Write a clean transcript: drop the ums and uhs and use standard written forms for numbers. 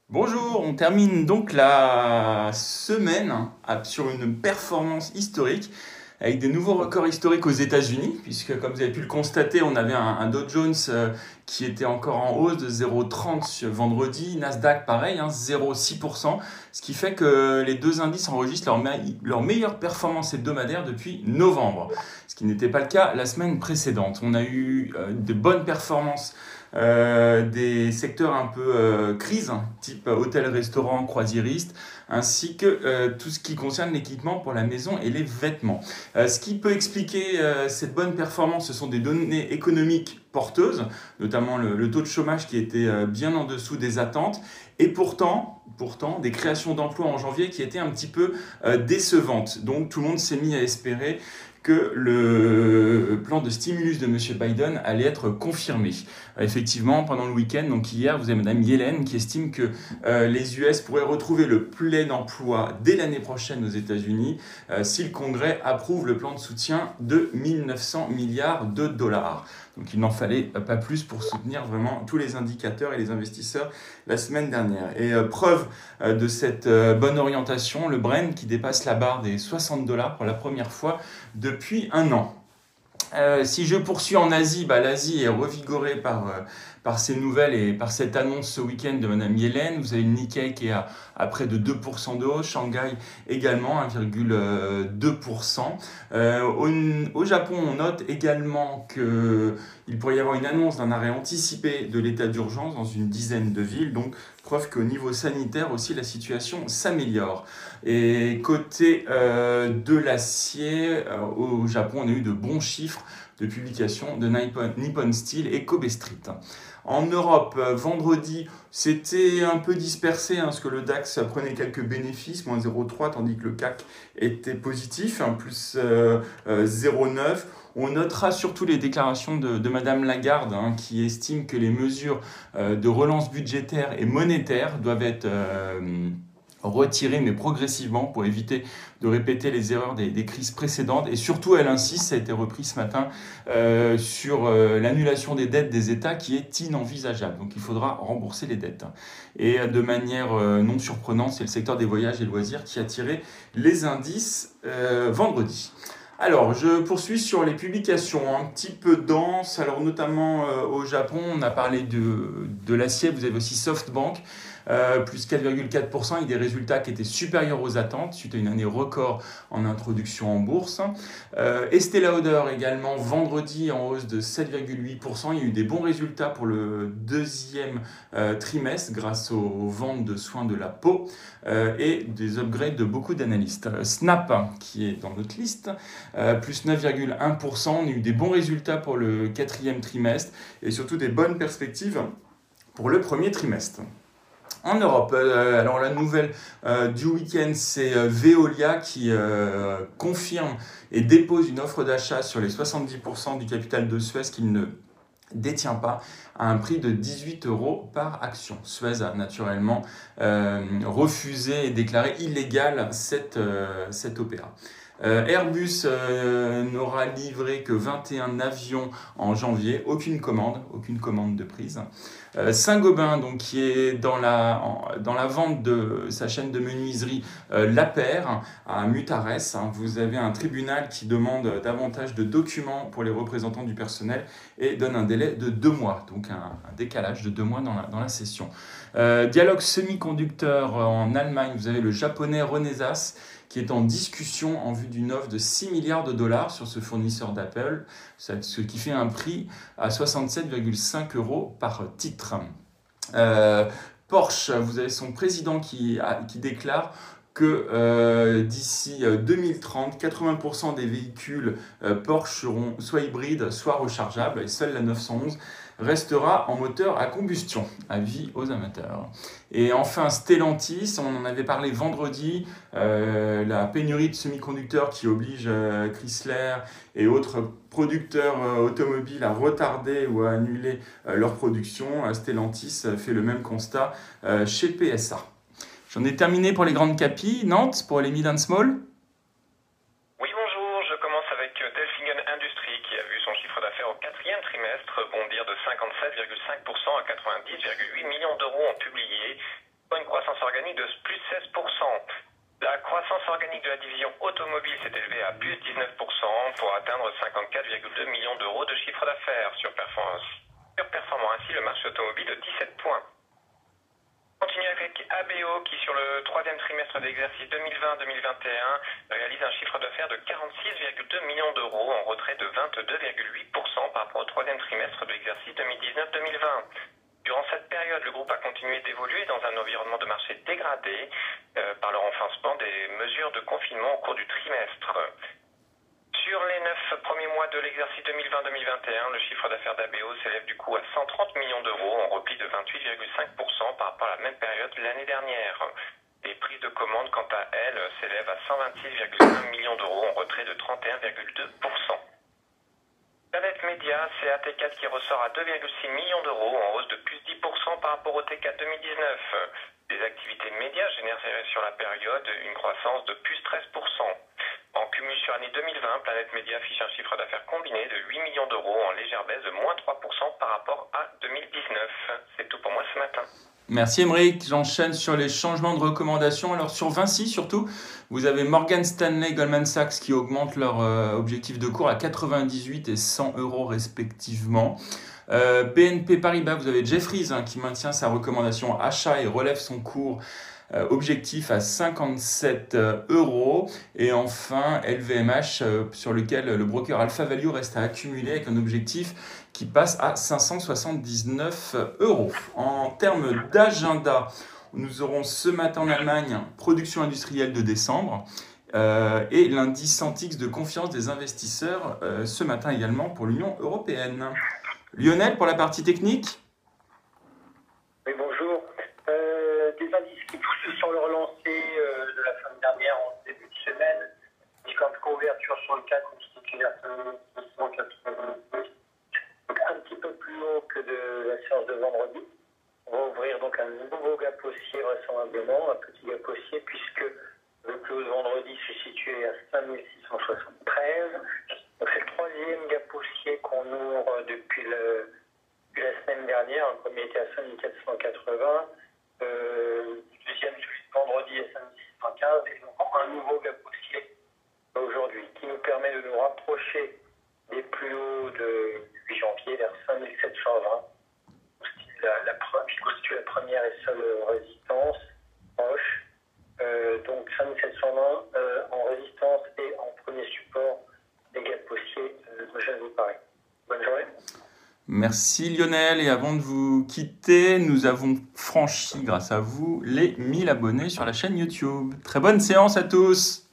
Bonjour, on termine donc la semaine sur une performance historique avec des nouveaux records historiques aux États-Unis, puisque comme vous avez pu le constater, on avait un Dow Jones qui était encore en hausse de 0,30 vendredi, Nasdaq pareil, 0,6%, ce qui fait que les deux indices enregistrent leur meilleure performance hebdomadaire depuis novembre, ce qui n'était pas le cas la semaine précédente. On a eu de bonnes performances des secteurs un peu crise, type hôtel, restaurant, croisiériste, ainsi que tout ce qui concerne l'équipement pour la maison et les vêtements. Ce qui peut expliquer cette bonne performance, ce sont des données économiques porteuses, notamment le taux de chômage qui était bien en dessous des attentes, et pourtant des créations d'emplois en janvier qui étaient un petit peu décevantes. Donc tout le monde s'est mis à espérer que le plan de stimulus de M. Biden allait être confirmé. Effectivement, pendant le week-end, donc hier, vous avez Mme Yellen qui estime que les US pourraient retrouver le plein emploi dès l'année prochaine aux États-Unis si le Congrès approuve le plan de soutien de 1 900 milliards de dollars. Donc il n'en fallait pas plus pour soutenir vraiment tous les indicateurs et les investisseurs la semaine dernière. Et preuve de cette bonne orientation, le Brent qui dépasse la barre des 60 dollars pour la première fois depuis un an. Si je poursuis en Asie, l'Asie est revigorée par ces nouvelles et par cette annonce ce week-end de Mme Yellen. Vous avez le Nikkei qui est à près de 2% de hausse, Shanghai également 1,2%. Au Japon, on note également qu'il pourrait y avoir une annonce d'un arrêt anticipé de l'état d'urgence dans une dizaine de villes, donc preuve qu'au niveau sanitaire aussi la situation s'améliore. Et côté de l'acier, au Japon, on a eu de bons chiffres de publication de Nippon Steel et Kobe Street. En Europe, vendredi, c'était un peu dispersé, parce que le DAX prenait quelques bénéfices, moins 0,3, tandis que le CAC était positif, plus 0,9. On notera surtout les déclarations de Mme Lagarde, qui estime que les mesures de relance budgétaire et monétaire doivent être retirées, mais progressivement, pour éviter de répéter les erreurs des crises précédentes. Et surtout, elle insiste, ça a été repris ce matin, sur l'annulation des dettes des États qui est inenvisageable. Donc il faudra rembourser les dettes. Et de manière non surprenante, c'est le secteur des voyages et loisirs qui a tiré les indices vendredi. Alors, je poursuis sur les publications un petit peu denses. Alors, notamment au Japon, on a parlé de l'acier. Vous avez aussi SoftBank, plus 4,4%, avec des résultats qui étaient supérieurs aux attentes, suite à une année record en introduction en bourse. Estée Lauder également, vendredi, en hausse de 7,8%. Il y a eu des bons résultats pour le deuxième trimestre, grâce aux ventes de soins de la peau et des upgrades de beaucoup d'analystes. Snap, qui est dans notre liste, plus 9,1%. On a eu des bons résultats pour le quatrième trimestre et surtout des bonnes perspectives pour le premier trimestre. En Europe, alors la nouvelle du week-end, c'est Veolia qui confirme et dépose une offre d'achat sur les 70% du capital de Suez qu'il ne détient pas, à un prix de 18 € par action. Suez a naturellement refusé et déclaré illégale cette opéra. Airbus n'aura livré que 21 avions en janvier, aucune commande de prise. Saint-Gobain, donc, qui est dans la vente de sa chaîne de menuiserie La Paire à Mutares. Vous avez un tribunal qui demande davantage de documents pour les représentants du personnel et donne un délai de 2 mois, donc un décalage de 2 mois dans la session. Dialog Semiconducteur en Allemagne, vous avez le japonais Renesas qui est en discussion en vue d'une offre de 6 milliards de dollars sur ce fournisseur d'Apple, ce qui fait un prix à 67,5 € par titre. Porsche, vous avez son président qui déclare que d'ici 2030, 80% des véhicules Porsche seront soit hybrides, soit rechargeables, et seule la 911 restera en moteur à combustion. Avis aux amateurs. Et enfin, Stellantis, on en avait parlé vendredi, la pénurie de semi-conducteurs qui oblige Chrysler et autres producteurs automobiles à retarder ou à annuler leur production. Stellantis fait le même constat chez PSA. J'en ai terminé pour les grandes capis. Nantes, pour les mid and small. Oui, bonjour, je commence avec Delfingen Industries qui a vu son chiffre d'affaires au quatrième trimestre bondir de 57,5% à 90,8 millions d'euros en publié. une croissance organique de plus 16%. La croissance organique de la division automobile s'est élevée à plus 19% pour atteindre 54,2 millions d'euros de chiffre d'affaires, surperformant ainsi le marché automobile de 17 points. On continue avec ABO qui, sur le troisième trimestre de l'exercice 2020-2021, réalise un chiffre d'affaires de 46,2 millions d'euros en retrait de 22,8% par rapport au troisième trimestre de l'exercice 2019-2020. Durant cette période, le groupe a continué d'évoluer dans un environnement de marché dégradé par le renforcement des mesures de confinement au cours du trimestre. Sur les 9 premiers mois de l'exercice 2020-2021, le chiffre d'affaires d'ABO s'élève du coup à 130 millions d'euros en repli de 28,5% par rapport à la même période l'année dernière. Les prises de commandes, quant à elles, s'élèvent à 126,1 millions d'euros en retrait de 31,2%. Planète Média, c'est AT4 qui ressort à 2,6 millions d'euros en hausse de plus 10% par rapport au T4 2019. Les activités médias génèrent sur la période une croissance de plus 13%. En cumul sur l'année 2020, Planète Média affiche un chiffre d'affaires combiné de 8 millions d'euros en légère baisse de moins 3% par rapport à 2019. C'est tout pour moi ce matin. Merci Émeric, j'enchaîne sur les changements de recommandations. Alors sur Vinci surtout, vous avez Morgan Stanley, Goldman Sachs qui augmentent leur objectif de cours à 98 et 100 euros respectivement. BNP Paribas, vous avez Jefferies qui maintient sa recommandation achat et relève son cours objectif à 57 euros. Et enfin LVMH sur lequel le broker Alpha Value reste à accumuler avec un objectif qui passe à 579 euros. En termes d'agenda, nous aurons ce matin en Allemagne production industrielle de décembre et l'indice Sentix de confiance des investisseurs ce matin également pour l'Union européenne. Lionel, pour la partie technique. Oui, bonjour. Des indices qui poussent sur le relancé de la fin de dernière en début de semaine, et quand ouverture sur le CAC constitue à 180. Donc un petit peu plus haut que de la séance de vendredi. On va ouvrir donc un nouveau gap haussier vraisemblablement, un petit gap haussier, puisque le plus haut de vendredi se situait à 5673. Donc c'est le troisième gap haussier qu'on ouvre depuis la semaine dernière. Le premier était à 5480. Le deuxième celui de vendredi à 5615. Et donc un nouveau gap haussier aujourd'hui qui nous permet de nous rapprocher des plus hauts de 8 janvier vers 5720. Qui constitue la première et seule résistance proche. Donc 5720 en résistance et en premier support des gaps haussiers, je vous parie. Bonne journée. Merci Lionel, et avant de vous quitter, nous avons franchi grâce à vous les 1000 abonnés sur la chaîne YouTube. Très bonne séance à tous.